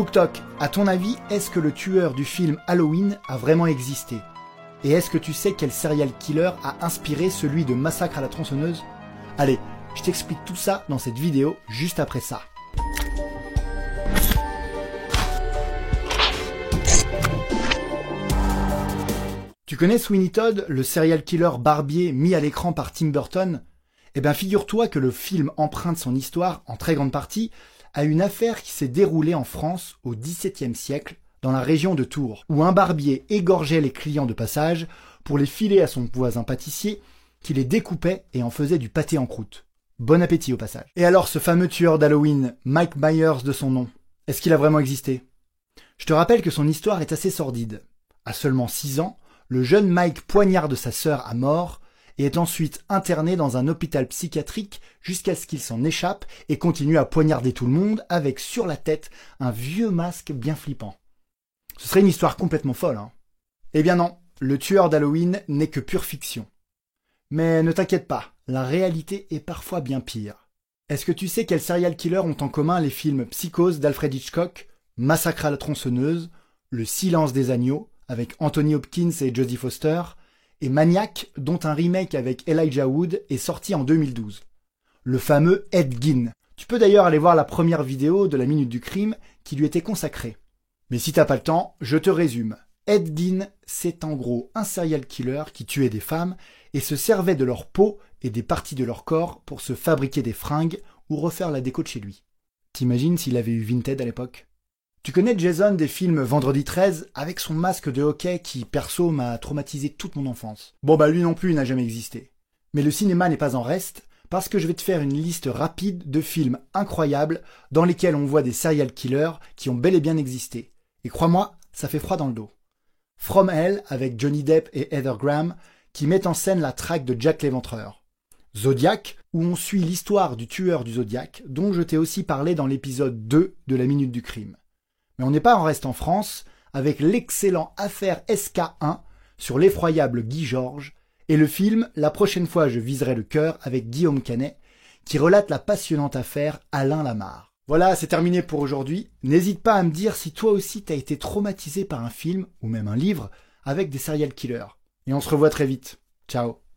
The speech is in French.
Toc toc, à ton avis, est-ce que le tueur du film Halloween a vraiment existé? Et est-ce que tu sais quel serial killer a inspiré celui de Massacre à la tronçonneuse? Allez, je t'explique tout ça dans cette vidéo juste après ça. Tu connais Sweeney Todd, le serial killer barbier mis à l'écran par Tim Burton? Eh bien figure-toi que le film emprunte son histoire, en très grande partie, à une affaire qui s'est déroulée en France au XVIIe siècle, dans la région de Tours, où un barbier égorgeait les clients de passage pour les filer à son voisin pâtissier, qui les découpait et en faisait du pâté en croûte. Bon appétit au passage. Et alors ce fameux tueur d'Halloween, Mike Myers de son nom, est-ce qu'il a vraiment existé? Je te rappelle que son histoire est assez sordide. À seulement 6 ans, le jeune Mike poignarde sa sœur à mort et est ensuite interné dans un hôpital psychiatrique jusqu'à ce qu'il s'en échappe et continue à poignarder tout le monde avec sur la tête un vieux masque bien flippant. Ce serait une histoire complètement folle, hein? Eh bien non, le tueur d'Halloween n'est que pure fiction. Mais ne t'inquiète pas, la réalité est parfois bien pire. Est-ce que tu sais quels serial killers ont en commun les films Psychose d'Alfred Hitchcock, Massacre à la tronçonneuse, Le silence des agneaux, avec Anthony Hopkins et Jodie Foster, et Maniac, dont un remake avec Elijah Wood est sorti en 2012. Le fameux Ed Gein. Tu peux d'ailleurs aller voir la première vidéo de la Minute du Crime qui lui était consacrée. Mais si t'as pas le temps, je te résume. Ed Gein, c'est en gros un serial killer qui tuait des femmes et se servait de leur peau et des parties de leur corps pour se fabriquer des fringues ou refaire la déco de chez lui. T'imagines s'il avait eu Vinted à l'époque? Tu connais Jason des films Vendredi 13 avec son masque de hockey qui, perso, m'a traumatisé toute mon enfance. Bon bah lui non plus n'a jamais existé. Mais le cinéma n'est pas en reste parce que je vais te faire une liste rapide de films incroyables dans lesquels on voit des serial killers qui ont bel et bien existé. Et crois-moi, ça fait froid dans le dos. From Hell avec Johnny Depp et Heather Graham qui met en scène la traque de Jack l'Éventreur. Zodiac, où on suit l'histoire du tueur du Zodiac, dont je t'ai aussi parlé dans l'épisode 2 de la Minute du Crime. Mais on n'est pas en reste en France, avec l'excellent Affaire SK1 sur l'effroyable Guy Georges, et le film La prochaine fois je viserai le cœur avec Guillaume Canet, qui relate la passionnante affaire Alain Lamarre. Voilà, c'est terminé pour aujourd'hui. N'hésite pas à me dire si toi aussi t'as été traumatisé par un film, ou même un livre, avec des serial killers. Et on se revoit très vite. Ciao.